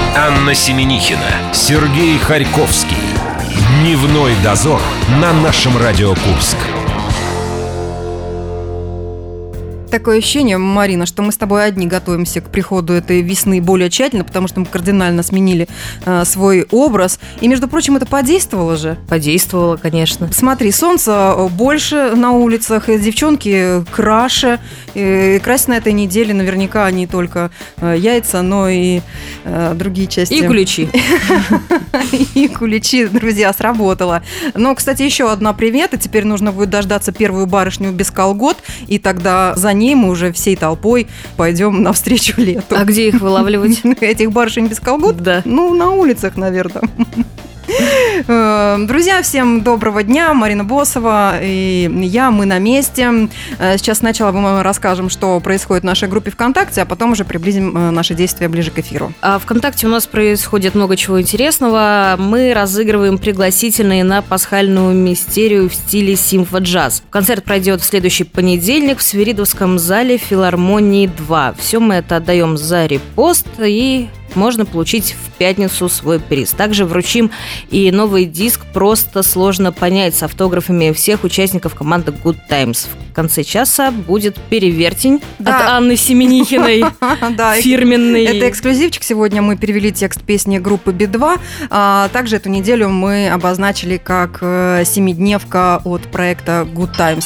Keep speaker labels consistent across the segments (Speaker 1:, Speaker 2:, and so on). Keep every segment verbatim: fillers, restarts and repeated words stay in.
Speaker 1: Анна Семенихина, Сергей Харьковский. Дневной дозор на нашем Радио Курск.
Speaker 2: Такое ощущение, Марина, что мы с тобой одни готовимся к приходу этой весны более тщательно, потому что мы кардинально сменили э, свой образ. И, между прочим, это подействовало же.
Speaker 3: Подействовало, конечно.
Speaker 2: Смотри, солнца больше на улицах, и девчонки краше. И красить на этой неделе наверняка не только э, яйца, но и э, другие части.
Speaker 3: И куличи.
Speaker 2: И куличи, друзья, сработало. Но, кстати, еще одна примета. Теперь нужно будет дождаться первую барышню без колгот, и тогда за ней мы уже всей толпой пойдем навстречу лету.
Speaker 3: А где их вылавливать?
Speaker 2: Этих барышень без колгот?
Speaker 3: Да.
Speaker 2: Ну, на улицах, наверное. Друзья, всем доброго дня. Марина Босова и я, мы на месте. Сейчас сначала мы расскажем, что происходит в нашей группе ВКонтакте, а потом уже приблизим наши действия ближе к эфиру.
Speaker 3: А ВКонтакте у нас происходит много чего интересного. Мы разыгрываем пригласительные на пасхальную мистерию в стиле симфо-джаз. Концерт пройдет в следующий понедельник в Свиридовском зале филармонии два. Все мы это отдаем за репост, и можно получить в пятницу свой приз. Также вручим и новый диск «Просто сложно понять» с автографами всех участников команды Good Times. В конце часа будет перевертень
Speaker 2: да.
Speaker 3: от Анны Семенихиной, фирменный.
Speaker 2: Это эксклюзивчик. Сегодня мы перевели текст песни группы би два. Также эту неделю мы обозначили как семидневка от проекта Good Times.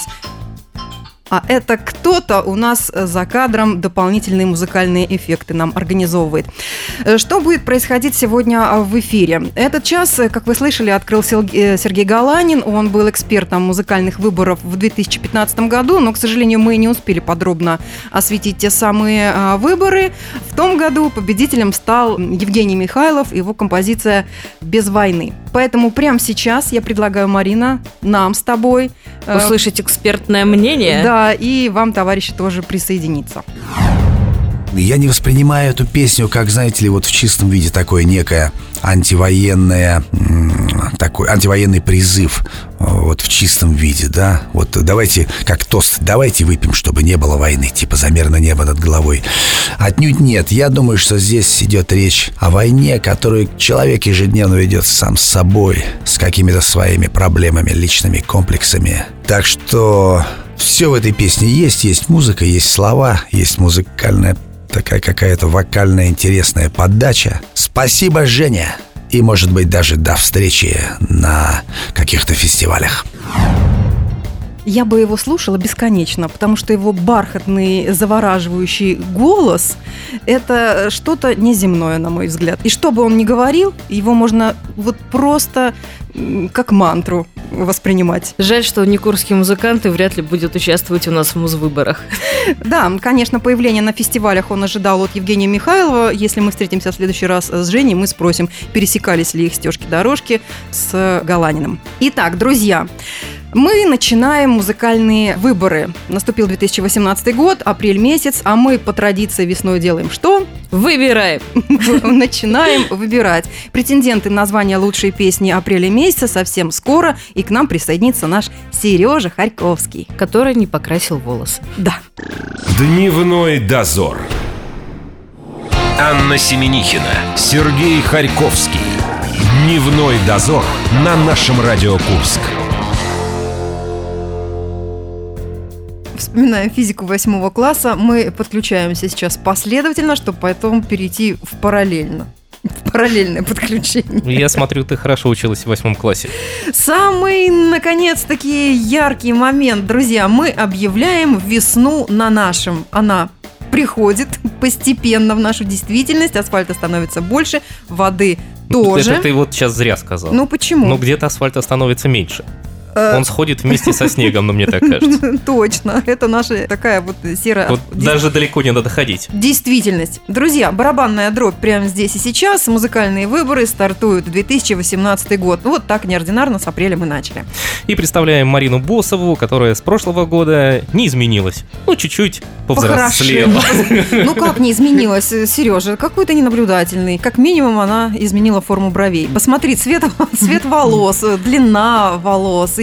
Speaker 2: А это кто-то у нас за кадром дополнительные музыкальные эффекты нам организовывает. Что будет происходить сегодня в эфире? Этот час, как вы слышали, открыл Сергей Галанин. Он был экспертом музыкальных выборов в две тысячи пятнадцатом году, но, к сожалению, мы не успели подробно осветить те самые выборы. В том году победителем стал Евгений Михайлов и его композиция «Без войны». Поэтому прямо сейчас я предлагаю, Марина, нам с тобой
Speaker 3: услышать экспертное мнение.
Speaker 2: Да, и вам, товарищи, тоже присоединиться.
Speaker 4: Я не воспринимаю эту песню как, знаете ли, вот в чистом виде такое некое антивоенное, такой антивоенный призыв вот в чистом виде, да. Вот давайте, как тост, давайте выпьем, чтобы не было войны, типа за мирное небо над головой. Отнюдь нет. Я думаю, что здесь идет речь о войне, которую человек ежедневно ведет сам с собой, с какими-то своими проблемами, личными комплексами. Так что все в этой песне есть. Есть музыка, есть слова, есть музыкальная такая какая-то вокальная интересная подача. Спасибо, Женя. И, может быть, даже до встречи на каких-то фестивалях.
Speaker 2: Я бы его слушала бесконечно, потому что его бархатный, завораживающий голос – это что-то неземное, на мой взгляд. И что бы он ни говорил, его можно вот просто как мантру воспринимать.
Speaker 3: Жаль, что некурские музыканты вряд ли будут участвовать у нас в музвыборах.
Speaker 2: Да, конечно, появление на фестивалях он ожидал от Евгения Михайлова. Если мы встретимся в следующий раз с Женей, мы спросим, пересекались ли их стежки-дорожки с Галаниным. Итак, друзья, мы начинаем музыкальные выборы. Наступил две тысячи восемнадцатый год, апрель месяц, а мы по традиции весной делаем что?
Speaker 3: Выбираем.
Speaker 2: Начинаем выбирать. Претенденты на звание лучшей песни апреля месяца совсем скоро, и к нам присоединится наш Сережа Харьковский,
Speaker 3: который не покрасил волосы.
Speaker 2: Да.
Speaker 1: Дневной дозор. Анна Семенихина, Сергей Харьковский. Дневной дозор на нашем Радио Курск.
Speaker 2: Вспоминаем физику восьмого класса, мы подключаемся сейчас последовательно, чтобы потом перейти в параллельно. В параллельное подключение.
Speaker 5: Я смотрю, ты хорошо училась в восьмом классе.
Speaker 2: Самый, наконец-таки, яркий момент, друзья. Мы объявляем весну на нашем. Она приходит постепенно в нашу действительность. Асфальта становится больше, воды тоже.
Speaker 5: Это ты вот сейчас зря сказал.
Speaker 2: Ну почему?
Speaker 5: Ну где-то асфальта становится меньше. Он сходит вместе со снегом, но мне так кажется.
Speaker 2: Точно, это наша такая вот серая...
Speaker 5: Вот даже далеко не надо ходить.
Speaker 2: Действительность. Друзья, барабанная дробь прямо здесь и сейчас. Музыкальные выборы стартуют в две тысячи восемнадцатый год. Вот так неординарно с апреля мы начали.
Speaker 5: И представляем Марину Босову, которая с прошлого года не изменилась. Ну, чуть-чуть повзрослела.
Speaker 2: Ну, как не изменилась, Сережа? Какой ты ненаблюдательный. Как минимум, она изменила форму бровей. Посмотри, цвет, цвет волос, длина волос.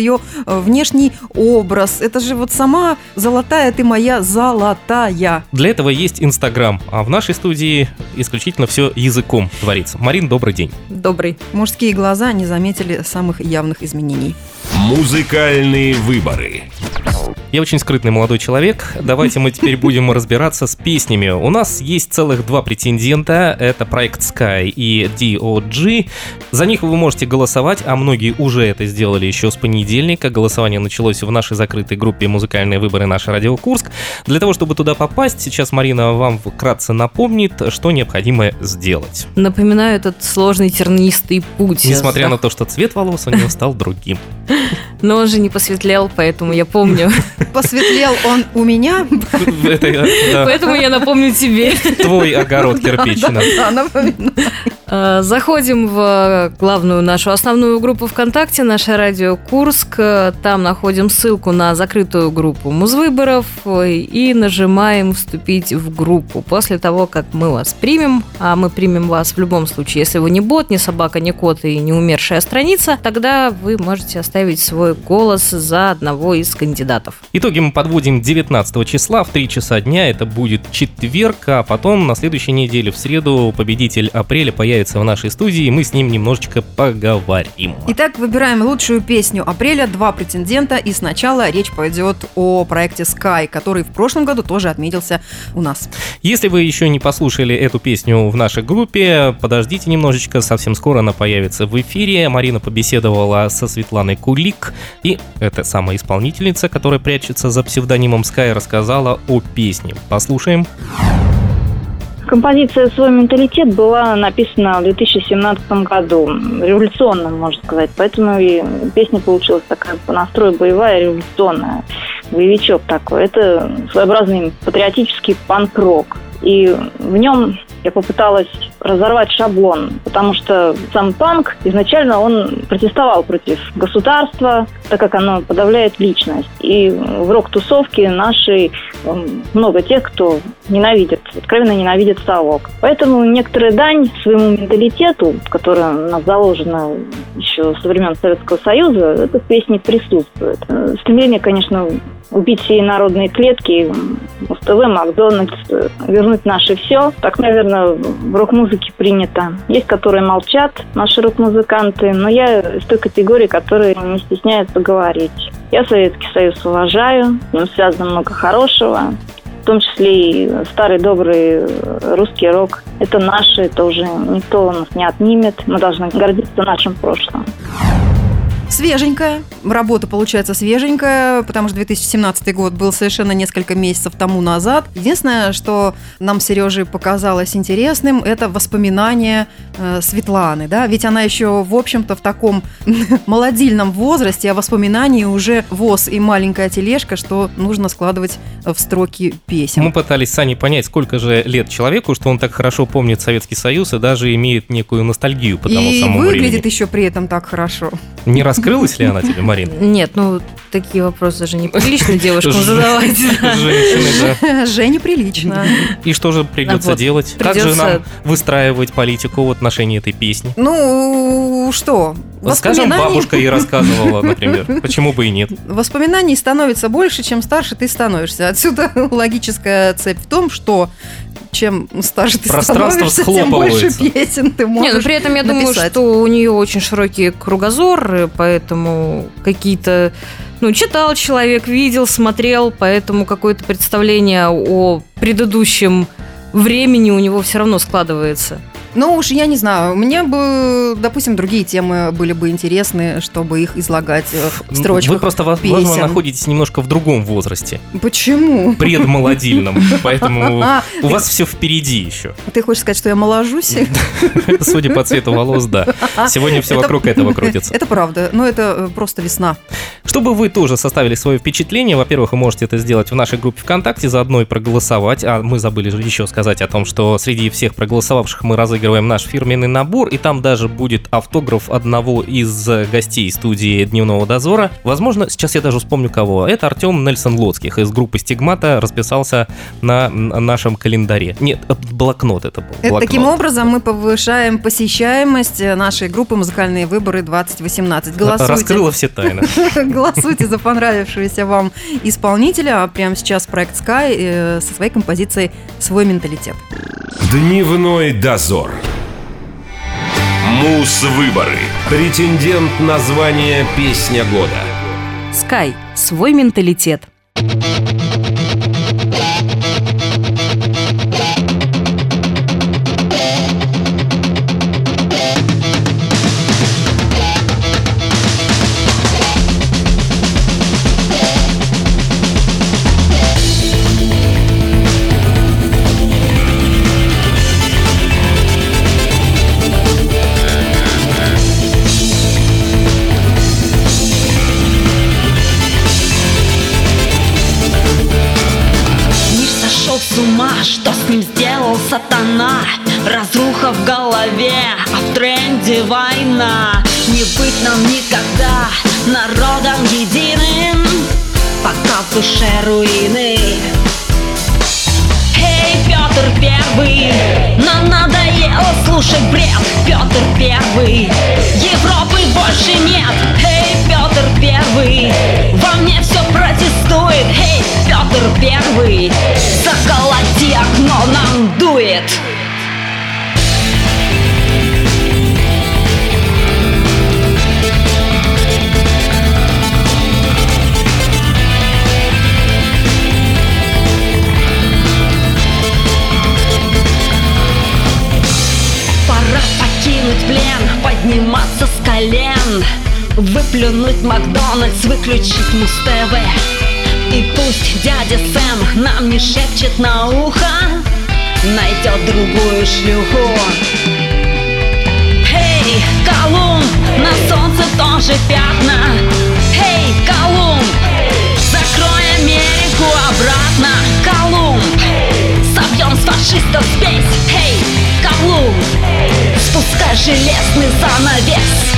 Speaker 2: ее внешний образ. Это же вот сама золотая ты моя золотая.
Speaker 5: Для этого есть Инстаграм, а в нашей студии исключительно все языком творится. Марин, добрый день.
Speaker 3: Добрый.
Speaker 2: Мужские глаза не заметили самых явных изменений.
Speaker 1: Музыкальные выборы.
Speaker 5: Я очень скрытный молодой человек. Давайте мы теперь будем разбираться с песнями. У нас есть целых два претендента. Это проект Sky и ди о джи. За них вы можете голосовать, а многие уже это сделали еще с понедельника. Голосование началось в нашей закрытой группе «Музыкальные выборы. Наш Радио Курск». Для того, чтобы туда попасть, сейчас Марина вам вкратце напомнит, что необходимо сделать.
Speaker 3: Напоминаю этот сложный тернистый путь.
Speaker 5: Несмотря на то, что цвет волос у него стал другим.
Speaker 3: Но он же не посветлел, поэтому я помню.
Speaker 2: Посветлел он у меня.
Speaker 5: Это, да.
Speaker 3: Поэтому я напомню тебе.
Speaker 5: Твой огород кирпичный.
Speaker 2: Да, напоминаю.
Speaker 3: Заходим в главную нашу основную группу ВКонтакте, наше Радио Курск. Там находим ссылку на закрытую группу Музвыборов и нажимаем «Вступить в группу». После того, как мы вас примем, а мы примем вас в любом случае, если вы не бот, не собака, не кот и не умершая страница, тогда вы можете оставить свой голос за одного из кандидатов.
Speaker 5: Итоги мы подводим девятнадцатого числа в три часа дня. Это будет четверг, а потом на следующей неделе в среду победитель апреля появится в нашей студии, и мы с ним немножечко поговорим.
Speaker 2: Итак, выбираем лучшую песню апреля. Два претендента, и сначала речь пойдет о проекте Sky, который в прошлом году тоже отметился у нас.
Speaker 5: Если вы еще не послушали эту песню в нашей группе, подождите немножечко, совсем скоро она появится в эфире. Марина побеседовала со Светланой Кулик, и эта самая исполнительница, которая прячется за псевдонимом Sky, рассказала о песне. Послушаем.
Speaker 6: Композиция «Свой менталитет» была написана в две тысячи семнадцатом году, революционным, можно сказать, поэтому и песня получилась такая по настрою боевая, революционная, боевичок такой. Это своеобразный патриотический панк-рок, и в нем я попыталась разорвать шаблон, потому что сам панк изначально он протестовал против государства, так как оно подавляет личность. И в рок-тусовке нашей много тех, кто ненавидит, откровенно ненавидит совок. Поэтому некоторая дань своему менталитету, которая у нас заложена еще со времен Советского Союза, это в песне присутствует. Стремление, конечно, убить все народные клетки, Муз-ТВ, Макдональдс, вернуть наше все. Так, наверное, в рок-музыке принято. Есть, которые молчат, наши рок-музыканты, но я из той категории, которые не стесняются говорить. Я Советский Союз уважаю, с ним связано много хорошего, в том числе и старый добрый русский рок. Это наше, это уже никто у нас не отнимет. Мы должны гордиться нашим прошлым.
Speaker 2: Свеженькая. Работа получается свеженькая, потому что две тысячи семнадцатый год был совершенно несколько месяцев тому назад. Единственное, что нам с Сережей показалось интересным, это воспоминания э, Светланы, да, ведь она еще, в общем-то, в таком молодильном возрасте, а воспоминания уже воз и маленькая тележка, что нужно складывать в строки песен.
Speaker 5: Мы пытались с Аней понять, сколько же лет человеку, что он так хорошо помнит Советский Союз и даже имеет некую ностальгию по тому
Speaker 2: и
Speaker 5: самому времени.
Speaker 2: И выглядит еще при этом так хорошо.
Speaker 5: Не раскрылась ли она тебе, Марина?
Speaker 3: Нет, ну такие вопросы же неприлично девушкам задавать.
Speaker 5: Женщины, да.
Speaker 2: Жене прилично.
Speaker 5: И что же придется делать? Как же нам выстраивать политику в отношении этой песни?
Speaker 2: Ну, что?
Speaker 5: Скажем, бабушка ей рассказывала, например. Почему бы и нет?
Speaker 2: Воспоминаний становится больше, чем старше ты становишься. Отсюда логическая цепь в том, что чем старше ты становишься, тем больше песен ты можешь
Speaker 3: Не, но при этом я
Speaker 2: написать.
Speaker 3: думаю, что у нее очень широкий кругозор, поэтому какие-то... Ну, читал человек, видел, смотрел, поэтому какое-то представление о предыдущем времени у него все равно складывается.
Speaker 2: Ну уж я не знаю, мне бы, допустим, другие темы были бы интересны, чтобы их излагать в строчках.
Speaker 5: Вы просто,
Speaker 2: песен.
Speaker 5: возможно, находитесь немножко в другом возрасте.
Speaker 2: Почему?
Speaker 5: Предмолодильном, поэтому у вас все впереди еще.
Speaker 2: Ты хочешь сказать, что я моложусь?
Speaker 5: Судя по цвету волос, да. Сегодня все вокруг этого крутится.
Speaker 2: Это правда, но это просто весна.
Speaker 5: Чтобы вы тоже составили свое впечатление, во-первых, вы можете это сделать в нашей группе ВКонтакте, заодно и проголосовать. А мы забыли же еще сказать о том, что среди всех проголосовавших мы разыгрываем наш фирменный набор, и там даже будет автограф одного из гостей студии «Дневного дозора». Возможно, сейчас я даже вспомню кого. Это Артем Нельсон-Лоцких из группы «Стигмата» расписался на нашем календаре. Нет, блокнот это был. Блокнот.
Speaker 2: Таким образом, мы повышаем посещаемость нашей группы «Музыкальные выборы двадцать восемнадцать». Голосуйте.
Speaker 5: Раскрыла все тайны.
Speaker 2: Голосуйте за понравившегося вам исполнителя. А прямо сейчас проект Sky со своей композицией «Свой менталитет».
Speaker 1: Дневной дозор. Муз-выборы. Претендент на звание «Песня года».
Speaker 3: Sky. Свой менталитет.
Speaker 7: Что с ним сделал сатана? Разруха в голове, а в тренде война. Не быть нам никогда народом единым, пока в душе руины. Эй, Петр Первый, нам надоело слушать бред. Петр Первый, Европы больше нет. Эй, Петр Первый, во мне все протестует. Эй, Петр Первый, заколоти окно, нам дует. Пора покинуть плен, подниматься с колен, выплюнуть Макдональдс, выключить Муз-ТВ. И пусть дядя Сэм нам не шепчет на ухо, найдет другую шлюху. Эй, Колумб, на солнце тоже пятна. Эй, Колумб, закрой Америку обратно. Колумб, собьем с фашистов спесь. Эй, Колумб, спускай железный занавес.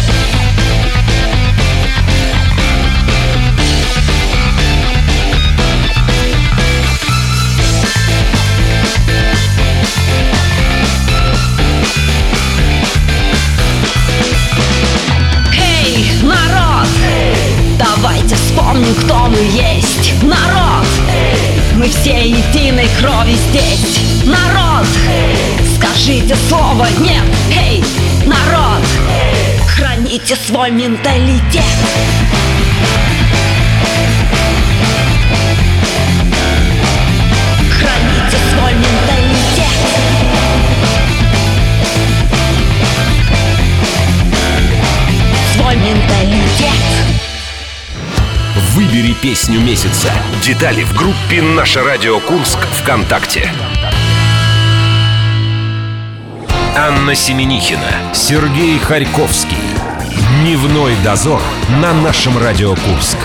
Speaker 7: Давайте вспомним, кто мы есть. Народ, мы все единой крови здесь. Народ, скажите слово нет. Эй, народ, храните свой менталитет. Храните свой менталитет. Свой менталитет.
Speaker 1: Выбери песню месяца. Детали в группе «Наше радио Курск» ВКонтакте. Анна Семенихина, Сергей Харьковский. Дневной дозор на нашем радио Курск.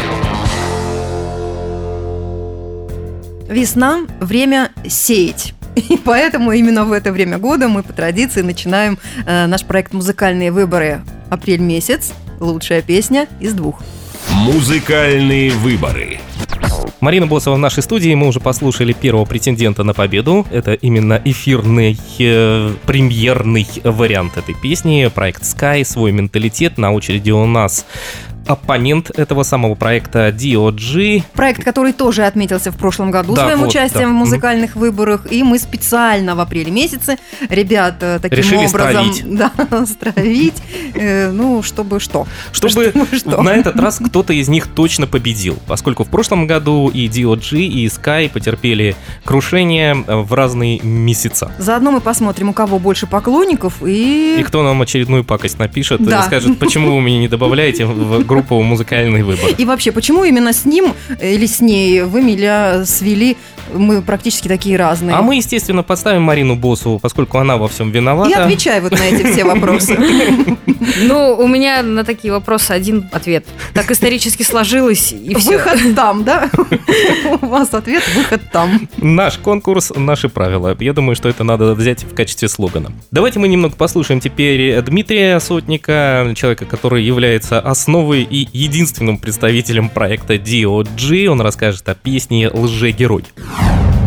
Speaker 2: Весна – время сеять. И поэтому именно в это время года мы по традиции начинаем э, наш проект «Музыкальные выборы». Апрель месяц. Лучшая песня из двух.
Speaker 1: Музыкальные выборы.
Speaker 5: Марина Босова в нашей студии. Мы уже послушали первого претендента на победу. Это именно эфирный, э, премьерный вариант этой песни. Проект Sky, свой менталитет. На очереди у нас оппонент этого самого проекта ди о джи.
Speaker 2: Проект, который тоже отметился в прошлом году
Speaker 5: Да,
Speaker 2: своим
Speaker 5: вот,
Speaker 2: участием
Speaker 5: да.
Speaker 2: в музыкальных выборах. И мы специально в апреле месяце ребят э, таким
Speaker 5: Решили
Speaker 2: образом
Speaker 5: стравить.
Speaker 2: Да, стравить, э, ну, чтобы что?
Speaker 5: Чтобы,
Speaker 2: Чтобы что?
Speaker 5: на этот раз кто-то из них точно победил. Поскольку в прошлом году и ди о джи, и Sky потерпели крушение в разные месяца.
Speaker 2: Заодно мы посмотрим, у кого больше поклонников и...
Speaker 5: И кто нам очередную пакость напишет
Speaker 2: Да.
Speaker 5: и скажет, почему вы меня не добавляете в группу «Музыкальный выбор».
Speaker 2: И вообще, почему именно с ним или с ней вы меня свели? Мы практически такие разные.
Speaker 5: А мы, естественно, подставим Марину Босову, поскольку она во всем виновата.
Speaker 2: И отвечай вот на эти все вопросы.
Speaker 3: Ну, у меня на такие вопросы один ответ. Так исторически сложилось, и все.
Speaker 2: Выход там, да? У вас ответ «выход там».
Speaker 5: Наш конкурс, наши правила. Я думаю, что это надо взять в качестве слогана. Давайте мы немного послушаем теперь Дмитрия Сотника, человека, который является основой и единственным представителем проекта ди о джи. Он расскажет о песне «Лжегерой».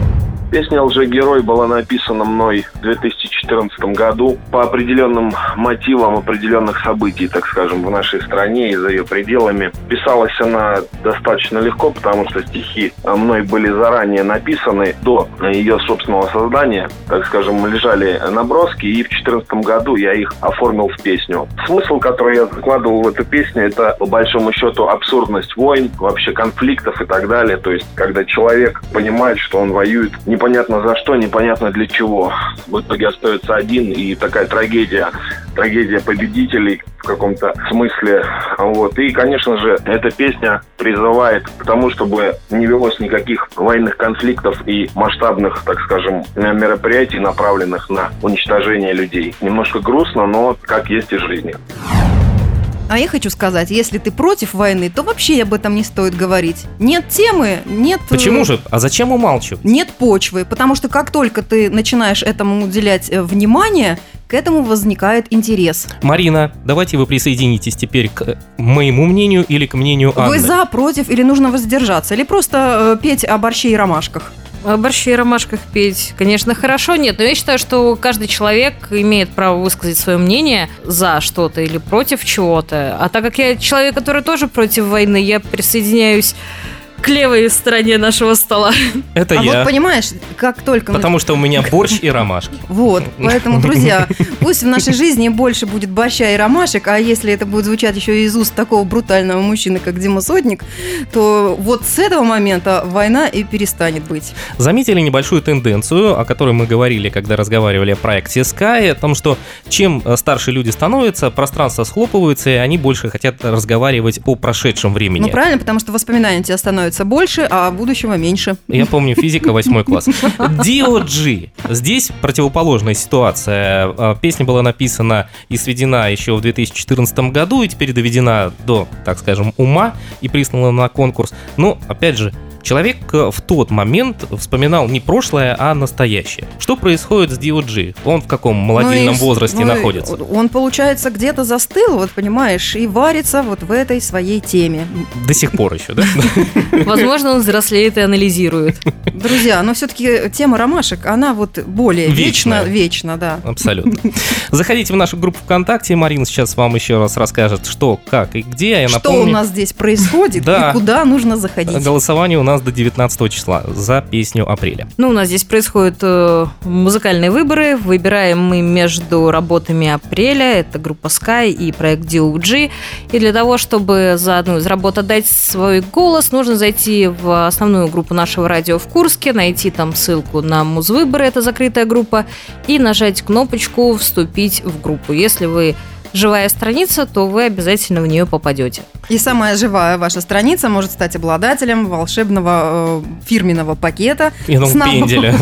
Speaker 8: Песня «Лжегерой» была написана мной в две тысячи четырнадцатом году по определенным мотивам определенных событий, так скажем, в нашей стране и за ее пределами. Писалась она достаточно легко, потому что стихи мной были заранее написаны до ее собственного создания. Так скажем, лежали наброски, и в две тысячи четырнадцатом году я их оформил в песню. Смысл, который я закладывал в эту песню, это, по большому счету, абсурдность войн, вообще конфликтов и так далее. То есть, когда человек понимает, что он воюет непонятно за что, непонятно для чего. В итоге остается один, и такая трагедия, трагедия победителей в каком-то смысле. Вот. И, конечно же, эта песня призывает к тому, чтобы не велось никаких военных конфликтов и масштабных, так скажем, мероприятий, направленных на уничтожение людей. Немножко грустно, но как есть из жизни.
Speaker 2: А я хочу сказать, если ты против войны, то вообще об этом не стоит говорить. Нет темы, нет...
Speaker 5: Почему же? А зачем умалчивать?
Speaker 2: Нет почвы, потому что как только ты начинаешь этому уделять внимание, к этому возникает интерес.
Speaker 5: Марина, давайте вы присоединитесь теперь к моему мнению или к мнению Анны.
Speaker 2: Вы за, против или нужно воздержаться? Или просто э, петь о борще и ромашках?
Speaker 3: О борще и ромашках петь, конечно, хорошо, нет, но я считаю, что каждый человек имеет право высказать свое мнение за что-то или против чего-то. А так как я человек, который тоже против войны, я присоединяюсь к левой стороне нашего стола.
Speaker 5: Это
Speaker 2: а
Speaker 5: я.
Speaker 2: Вот понимаешь, как только...
Speaker 5: Потому что у меня борщ и ромашки.
Speaker 2: Вот, поэтому, друзья, пусть в нашей жизни больше будет борща и ромашек, а если это будет звучать еще из уст такого брутального мужчины, как Дима Сотник, то вот с этого момента война и перестанет быть.
Speaker 5: Заметили небольшую тенденцию, о которой мы говорили, когда разговаривали о проекте Sky, о том, что чем старше люди становятся, пространство схлопывается, и они больше хотят разговаривать о прошедшем времени.
Speaker 2: Ну, правильно, потому что воспоминания у тебя становятся больше, а будущего меньше.
Speaker 5: Я помню, физика, восьмой класс. ди о джи. Здесь противоположная ситуация. Песня была написана и сведена еще в две тысячи четырнадцатом году, и теперь доведена до, так скажем, ума и прислана на конкурс. Но, опять же, человек в тот момент вспоминал не прошлое, а настоящее. Что происходит с ди о джи? Он в каком молодильном ну и, возрасте ну находится?
Speaker 2: Он, получается, где-то застыл, вот понимаешь, и варится вот в этой своей теме.
Speaker 5: До сих пор еще, да?
Speaker 3: Возможно, он взрослеет и анализирует.
Speaker 2: Друзья, но все-таки тема ромашек, она вот более вечна, вечна, да.
Speaker 5: Абсолютно. Заходите в нашу группу ВКонтакте, Марина сейчас вам еще раз расскажет, что, как и где. Я
Speaker 2: что
Speaker 5: напомню,
Speaker 2: у нас здесь происходит и куда нужно заходить.
Speaker 5: Голосование у нас до девятнадцатого числа за песню «Апреля».
Speaker 3: Ну, у нас здесь происходят э, музыкальные выборы. Выбираем мы между работами «Апреля», это группа Sky и проект ди о джи. И для того, чтобы за одну из работ отдать свой голос, нужно зайти в основную группу нашего радио в Курске, найти там ссылку на Музвыборы, это закрытая группа, и нажать кнопочку «Вступить в группу». Если вы живая страница, то вы обязательно в нее попадете.
Speaker 2: И самая живая ваша страница может стать обладателем волшебного э, фирменного пакета.
Speaker 5: И ну, пенделя.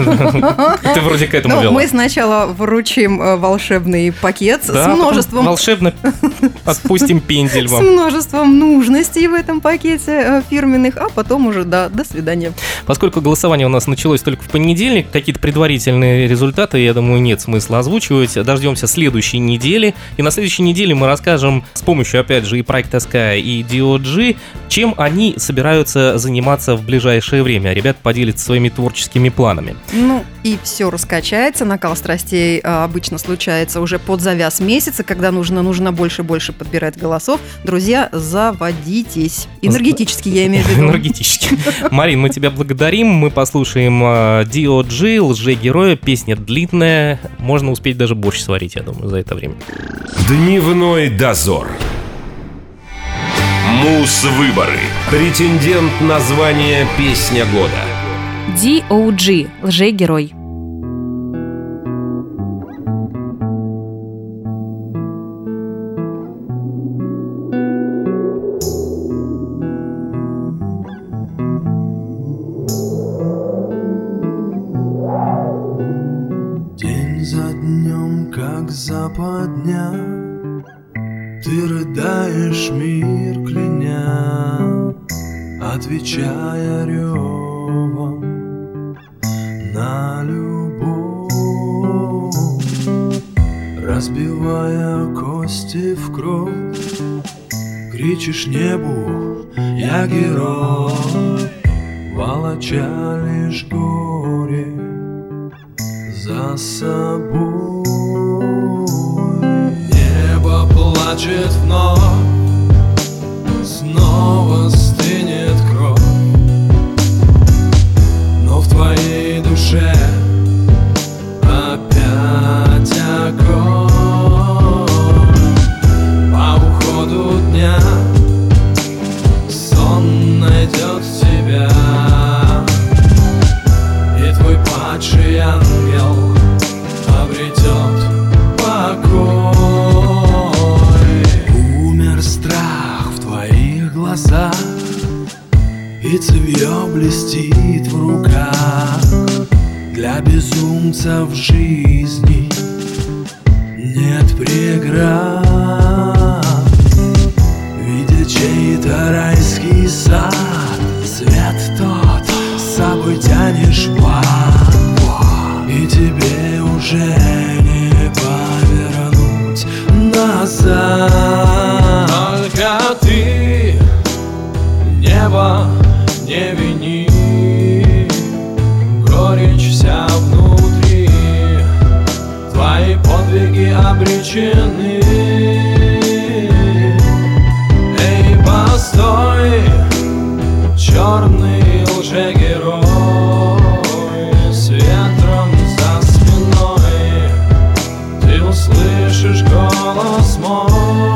Speaker 5: Ты вроде к этому вела.
Speaker 2: Мы сначала вручим волшебный пакет с множеством...
Speaker 5: волшебно отпустим пендель вам.
Speaker 2: С множеством нужностей в этом пакете фирменных, а потом уже, да, до свидания.
Speaker 5: Поскольку голосование у нас началось только в понедельник, какие-то предварительные результаты, я думаю, нет смысла озвучивать. Дождемся следующей недели. И на следующей неделе мы расскажем с помощью, опять же, и проекта Sky, и ди о джи, чем они собираются заниматься в ближайшее время. Ребята поделятся своими творческими планами.
Speaker 2: Ну, и все раскачается. Накал страстей а, обычно случается уже под завяз месяца, когда нужно, нужно больше-больше подбирать голосов. Друзья, заводитесь. Энергетически, я имею в виду.
Speaker 5: Энергетически. Марин, мы тебя благодарим. Мы послушаем ди о джи, «Лжегероя». Песня длинная. Можно успеть даже борщ сварить, я думаю, за это время.
Speaker 1: Дневной дозор. Музвыборы. Претендент на звание «Песня года».
Speaker 3: ди о джи. «Лжегерой».
Speaker 9: День за днем, как западня, ты рыдаешь, мир кляня, отвечая ревом на любовь, разбивая кости в кровь, кричишь небу: я герой, волоча лишь горе за собой. Небо плачет вновь, снова стынет кровь, но в твоей душе опять огонь. По уходу дня сон найдет тебя, и твой падший ангел обретет покой. Умер страх в твоих глазах, и цевьё блестит в руках. Для безумца в жизни нет преград. Видя чей-то райский сад, свет тот с собой тянешь в ад, и тебе уже не повернуть назад. Только ты небо не вини, горечь вся внутри, твои подвиги обречены. Эй, постой, черный лжегерой, с ветром за спиной ты услышишь голос мой.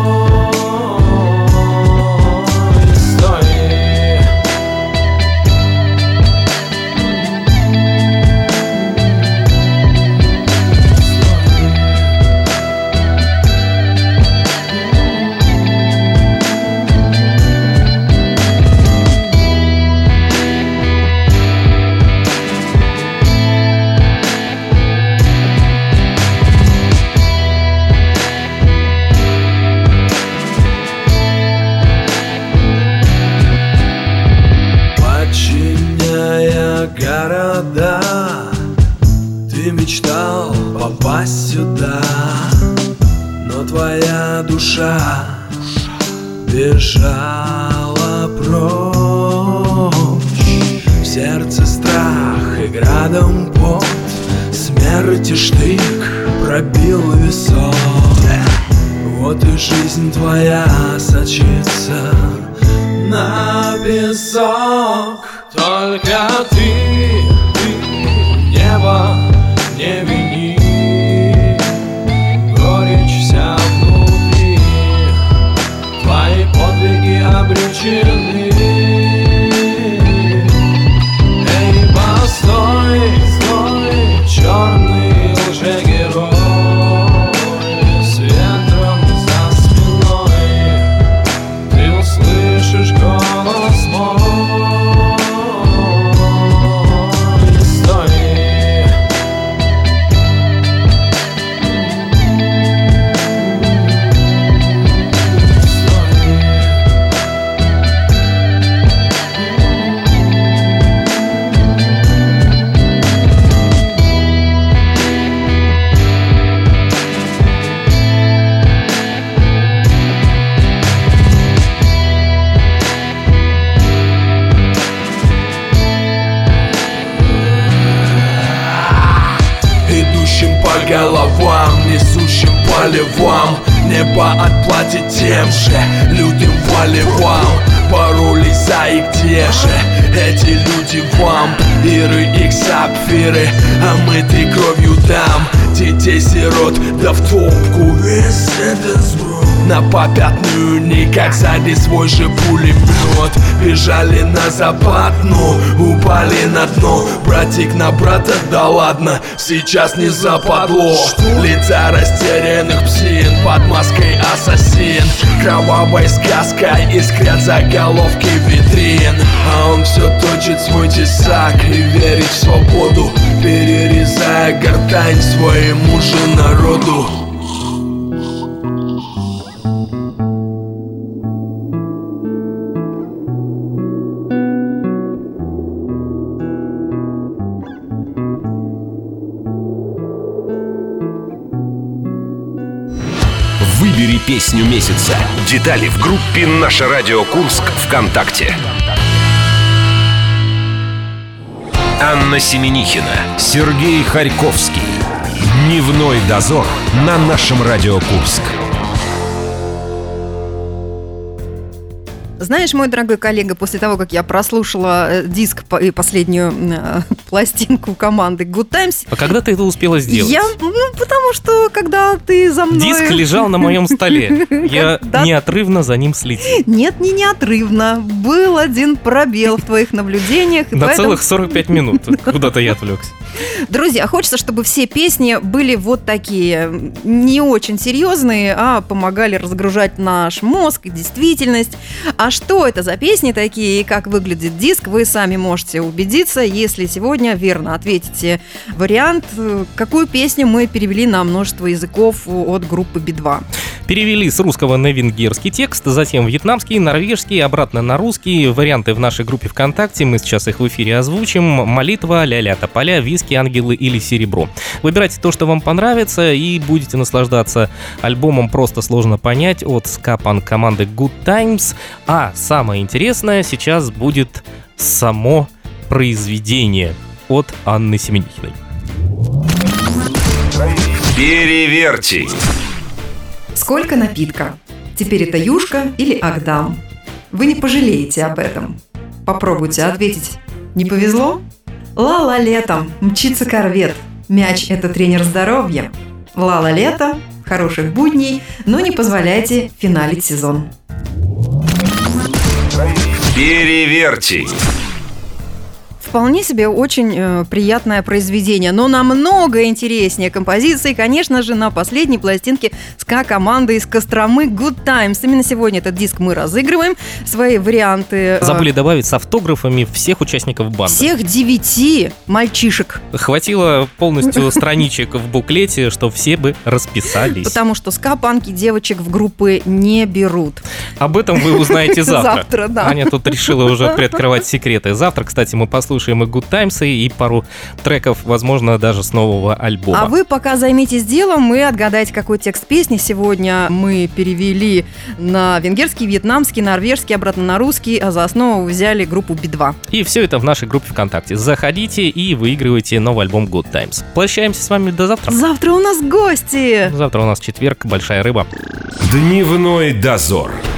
Speaker 9: Города, ты мечтал попасть сюда, но твоя душа бежала прочь. В сердце страх и градом пот, смерти штык пробил висок. Вот и жизнь твоя сочится на песок. Только ты, ты небо не вини, горечь вся внутри, твои подвиги обречены. Эй, постой, стой, черный лжегерой, с ветром за спиной ты услышишь голос мой. Головам, несущим по левам, небо отплатит тем же людям по левам. Пароли за и где же эти люди вам? Иры, их сапфиры, омытый кровью дам, детей-сирот, да в топку весь этот сброд. На попятную никак сзади свой же пулемет. Бежали на западну, упали на дно. Братик на брата, да ладно, сейчас не западло. Лица растерянных псин под маской ассасин. Кровавой сказкой искрят заголовки витрин. А он все точит свой тесак и верит в свободу, перерезая гортань своему же народу.
Speaker 1: Выбери песню месяца. Детали в группе «Наше радио Курск» ВКонтакте. Анна Семенихина, Сергей Харьковский. Дневной дозор на нашем Радио Курск.
Speaker 2: Знаешь, мой дорогой коллега, после того, как я прослушала диск и последнюю э, пластинку команды Good Times...
Speaker 5: А когда ты это успела сделать?
Speaker 2: Я, ну, потому что, когда ты за мной...
Speaker 5: Диск лежал на моем столе. Я неотрывно за ним следил.
Speaker 2: Нет, не неотрывно. Был один пробел в твоих наблюдениях.
Speaker 5: На целых сорок пять минут. Куда-то я отвлекся.
Speaker 2: Друзья, хочется, чтобы все песни были вот такие, не очень серьезные, а помогали разгружать наш мозг и действительность. А что это за песни такие и как выглядит диск, вы сами можете убедиться, если сегодня верно ответите вариант, какую песню мы перевели на множество языков от группы би два.
Speaker 5: Перевели с русского на венгерский текст, затем вьетнамский, норвежский, обратно на русский. Варианты в нашей группе ВКонтакте, мы сейчас их в эфире озвучим. «Молитва», «Ля-ля тополя», «Виски», «Ангелы» или «Серебро». Выбирайте то, что вам понравится, и будете наслаждаться альбомом «Просто сложно понять» от ска-панк команды Good Times. А самое интересное сейчас будет само произведение от Анны Семенихиной.
Speaker 1: Переверьте.
Speaker 2: Сколько напитка? Теперь это юшка или агдам? Вы не пожалеете об этом. Попробуйте ответить. Не повезло? Ла-ла летом, мчится корвет. Мяч – это тренер здоровья. Ла-ла лето, хороших будней, но не позволяйте финалить сезон.
Speaker 1: Переверьте.
Speaker 2: Вполне себе очень э, приятное произведение, но намного интереснее композиции, конечно же, на последней пластинке ска-команды из Костромы Good Times. Именно сегодня этот диск мы разыгрываем. Свои варианты... Э,
Speaker 5: Забыли добавить с автографами всех участников банды.
Speaker 2: Всех девяти мальчишек.
Speaker 5: Хватило полностью страничек в буклете, что все бы расписались.
Speaker 2: Потому что ска-панки девочек в группы не берут.
Speaker 5: Об этом вы узнаете завтра.
Speaker 2: Завтра, да.
Speaker 5: Аня тут решила уже приоткрывать секреты. Завтра, кстати, мы послушаем и Good Times, и пару треков, возможно, даже с нового альбома.
Speaker 2: А вы пока займитесь делом и отгадайте, какой текст песни сегодня мы перевели на венгерский, вьетнамский, норвежский, обратно на русский, а за основу взяли группу би два.
Speaker 5: И все это в нашей группе ВКонтакте. Заходите и выигрывайте новый альбом Good Times. Прощаемся с вами до завтра.
Speaker 2: Завтра у нас гости!
Speaker 5: Завтра у нас четверг, большая рыба.
Speaker 1: Дневной дозор.